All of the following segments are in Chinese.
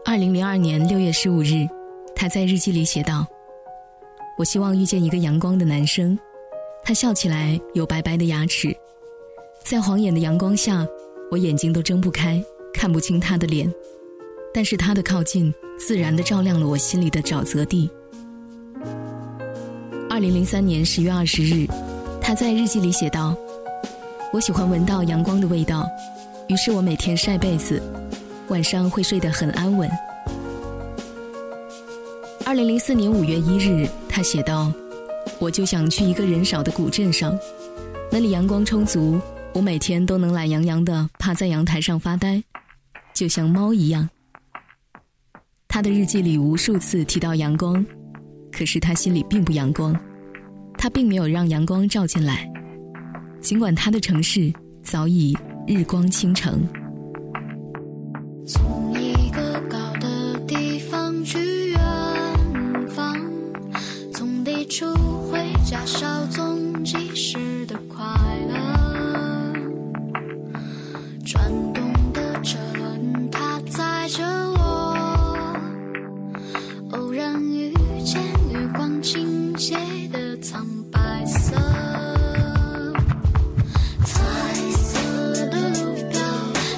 2002年6月15日，他在日记里写道：我希望遇见一个阳光的男生，他笑起来有白白的牙齿，在晃眼的阳光下，我眼睛都睁不开，看不清他的脸，但是他的靠近自然地照亮了我心里的沼泽地。2003年10月20日，他在日记里写道：我喜欢闻到阳光的味道，于是我每天晒被子，晚上会睡得很安稳。2004年5月1日，他写道：我就想去一个人少的古镇上，那里阳光充足，我每天都能懒洋洋地趴在阳台上发呆，就像猫一样。他的日记里无数次提到阳光，可是他心里并不阳光，他并没有让阳光照进来，尽管他的城市早已日光倾城。 从一个高的地方去远方，从地处回家稍纵即逝的快乐，转动的车轮它载着我，偶然遇见月光倾泻的苍白色，彩色的路标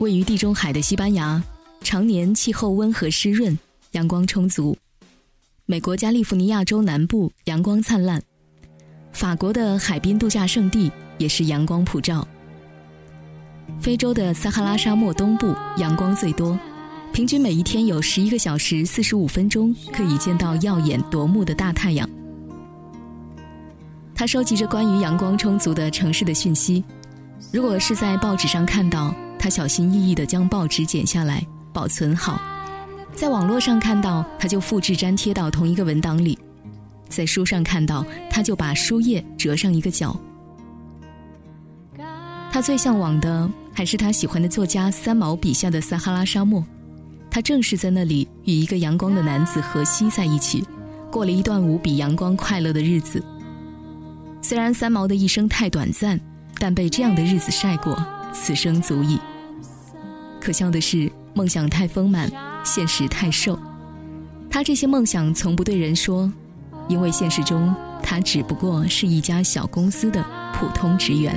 位于地中海的西班牙，常年气候温和湿润，阳光充足。美国加利福尼亚州南部阳光灿烂，法国的海滨度假胜地也是阳光普照。非洲的撒哈拉沙漠东部阳光最多，平均每一天有11个小时45分钟可以见到耀眼夺目的大太阳。他收集着关于阳光充足的城市的讯息，如果是在报纸上看到，他小心翼翼地将报纸剪下来保存好，在网络上看到，他就复制粘贴到同一个文档里，在书上看到，他就把书页折上一个角。他最向往的还是他喜欢的作家三毛笔下的撒哈拉沙漠，他正是在那里与一个阳光的男子荷西在一起，过了一段无比阳光快乐的日子。虽然三毛的一生太短暂，但被这样的日子晒过，此生足矣。可笑的是，梦想太丰满，现实太瘦。他这些梦想从不对人说，因为现实中他只不过是一家小公司的普通职员。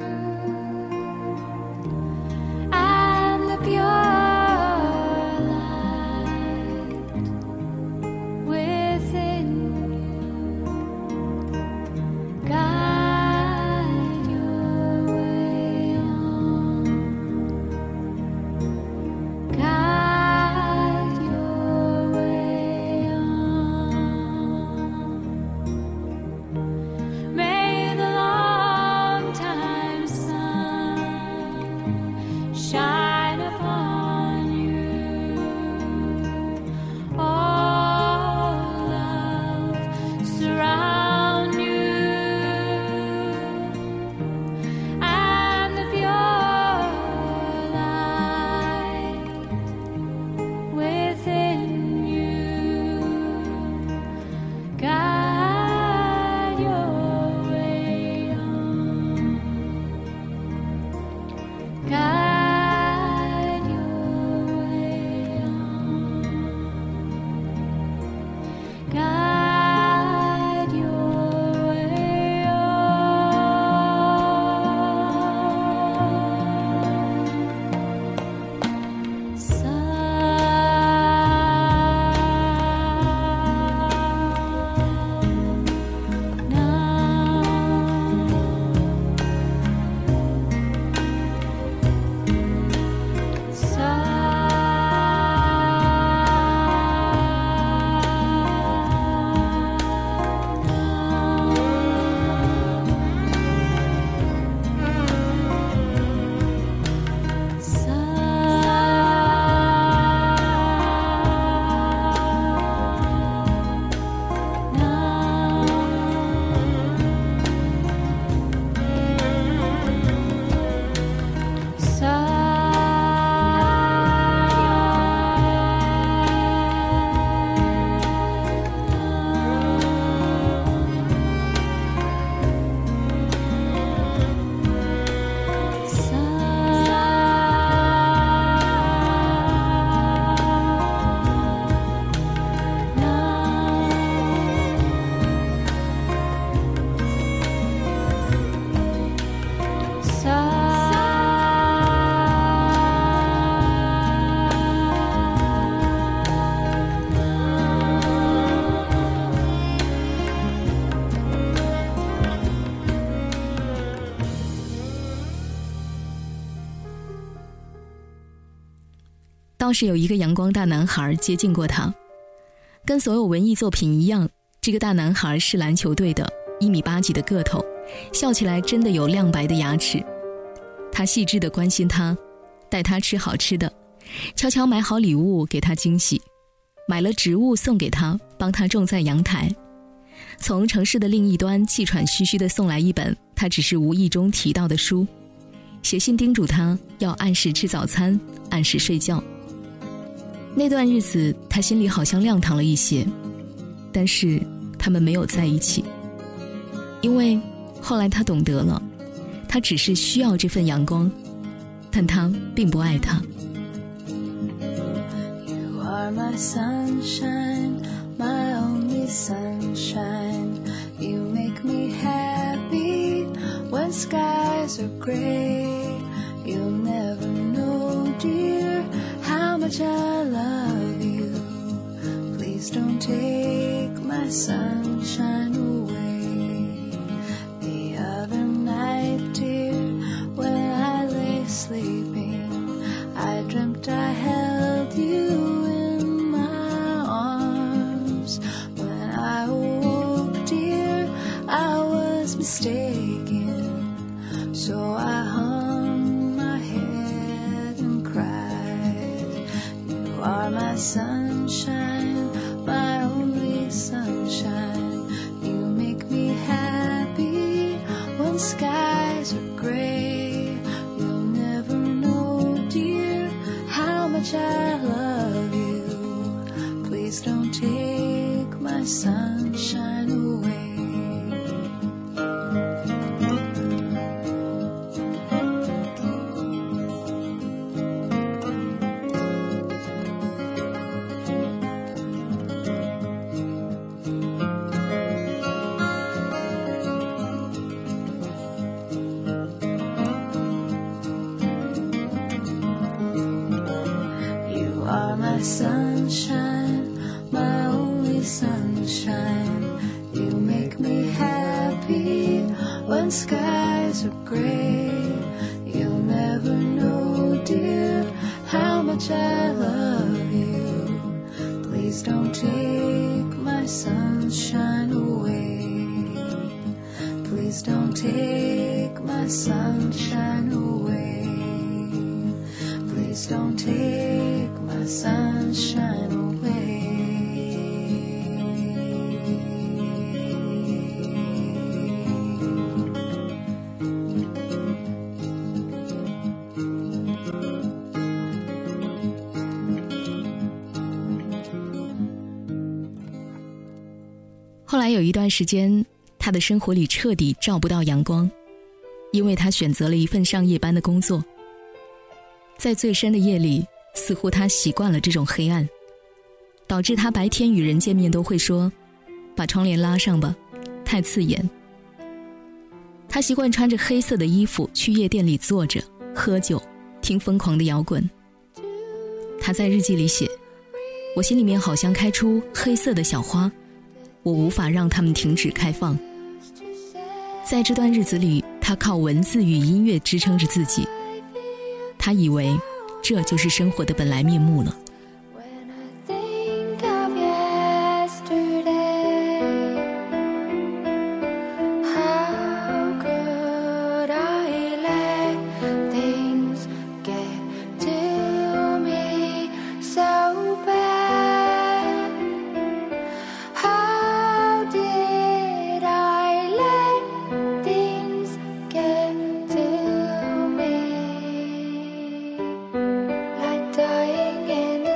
倒是有一个阳光大男孩接近过他，跟所有文艺作品一样，这个大男孩是篮球队的，1.8米几的个头，笑起来真的有亮白的牙齿。他细致地关心他，带他吃好吃的，悄悄买好礼物给他惊喜，买了植物送给他，帮他种在阳台。从城市的另一端气喘吁吁地送来一本他只是无意中提到的书，写信叮嘱他要按时吃早餐，按时睡觉。那段日子他心里好像亮堂了一些，但是他们没有在一起，因为后来他懂得了，他只是需要这份阳光，但他并不爱他。 You are my sunshine, my only sunshine. You make me happy when skies are gray. You'll never know much I love you. Please don't take my sunshine away. The other night, dear, when I lay sleeping, I dreamt I held you in my arms. When I awoke, dear, I was mistaken, so I hung my head and cried. You are my sunshine, my only sunshine. You make me happy when skies are gray. You'll never know, dear, how much I love you. Please don't take my sunshine away. You are my sunshine, my only sunshine. You make me happy when skies are gray. You'll never know, dear, how much I love you. Please don't take my sunshine away. Please don't take my sunshine away. Please don't take my sunshine away. 后来有一段时间，他的生活里彻底照不到阳光，因为他选择了一份上夜班的工作。在最深的夜里，似乎他习惯了这种黑暗，导致他白天与人见面都会说，把窗帘拉上吧，太刺眼。他习惯穿着黑色的衣服去夜店里坐着喝酒，听疯狂的摇滚。他在日记里写，我心里面好像开出黑色的小花，我无法让它们停止开放。在这段日子里，他靠文字与音乐支撑着自己，他以为这就是生活的本来面目了。 Dying in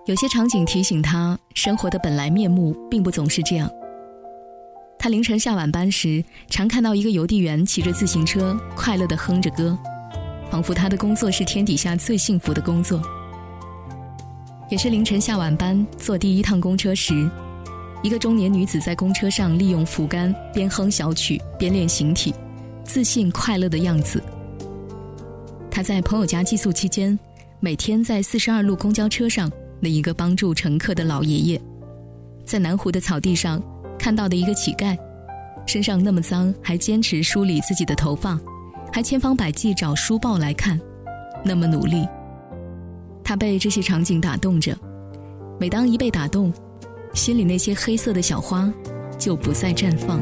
有些场景提醒他，生活的本来面目并不总是这样。他凌晨下晚班时，常看到一个邮递员骑着自行车，快乐地哼着歌，仿佛他的工作是天底下最幸福的工作。也是凌晨下晚班坐第一趟公车时，一个中年女子在公车上利用扶杆边哼小曲边练形体，自信快乐的样子。她在朋友家寄宿期间，每天在42路公交车上的一个帮助乘客的老爷爷，在南湖的草地上看到的一个乞丐，身上那么脏还坚持梳理自己的头发，还千方百计找书报来看，那么努力。他被这些场景打动着，每当一被打动，心里那些黑色的小花就不再绽放。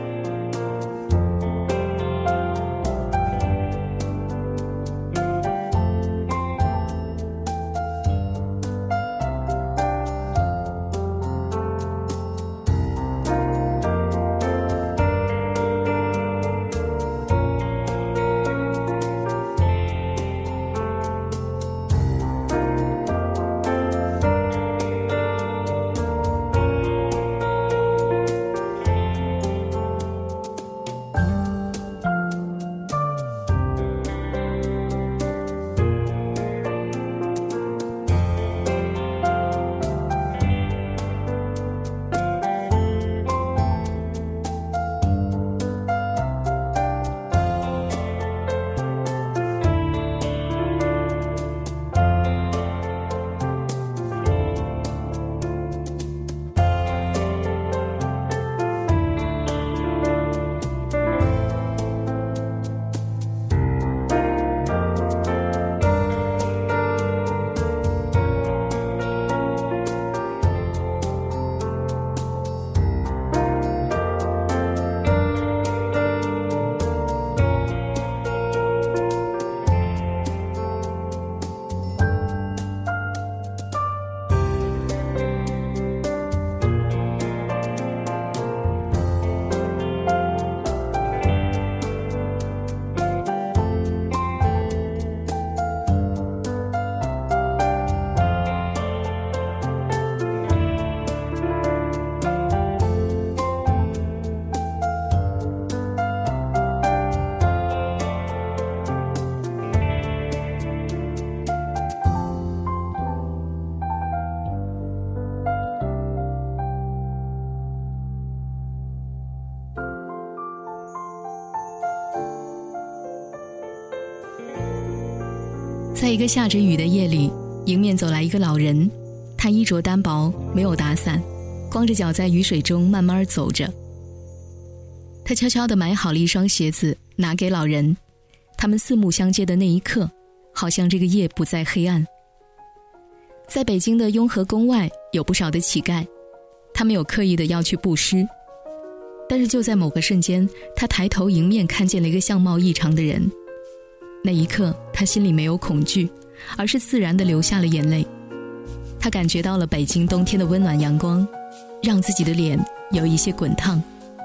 在一个下着雨的夜里，迎面走来一个老人，他衣着单薄，没有打伞，光着脚在雨水中慢慢走着。他悄悄地买好了一双鞋子，拿给老人。他们四目相接的那一刻，好像这个夜不再黑暗。在北京的雍和宫外，有不少的乞丐，他没有刻意的要去布施，但是就在某个瞬间，他抬头迎面看见了一个相貌异常的人。那一刻，他心里没有恐惧，而是自然地流下了眼泪。他感觉到了北京冬天的温暖阳光，让自己的脸有一些滚烫。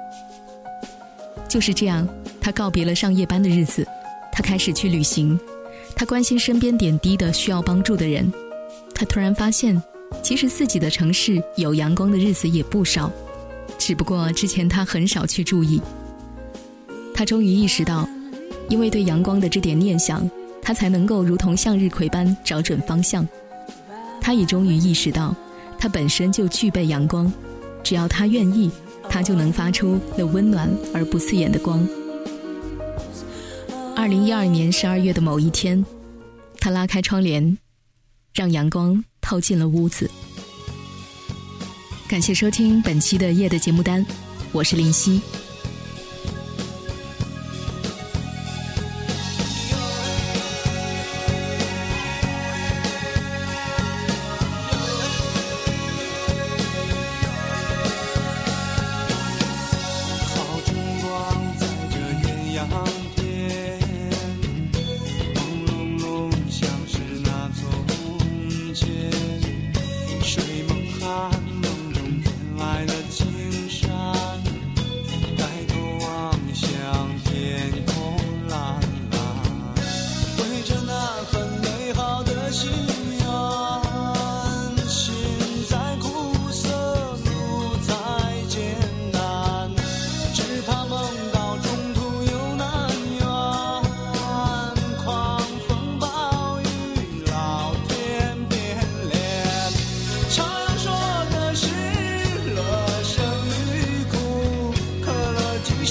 就是这样，他告别了上夜班的日子，他开始去旅行，他关心身边点滴的需要帮助的人。他突然发现，其实自己的城市有阳光的日子也不少，只不过之前他很少去注意。他终于意识到，因为对阳光的这点念想，他才能够如同向日葵般找准方向。他也终于意识到，他本身就具备阳光，只要他愿意，他就能发出那温暖而不刺眼的光。2012年12月的某一天，他拉开窗帘，让阳光透进了屋子。感谢收听本期的夜的节目单，我是林夕。 水梦寒梦中天来的青山。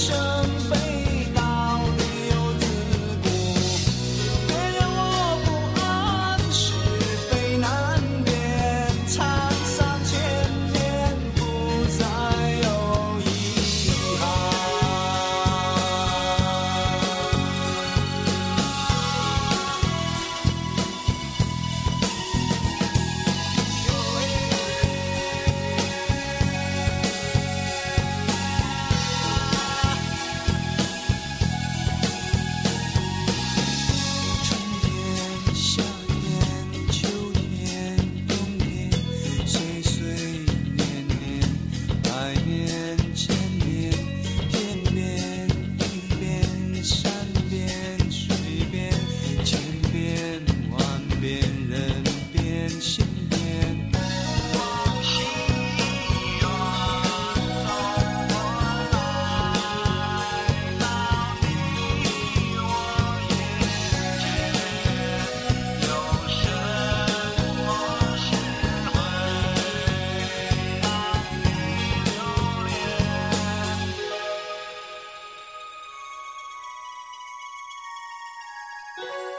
我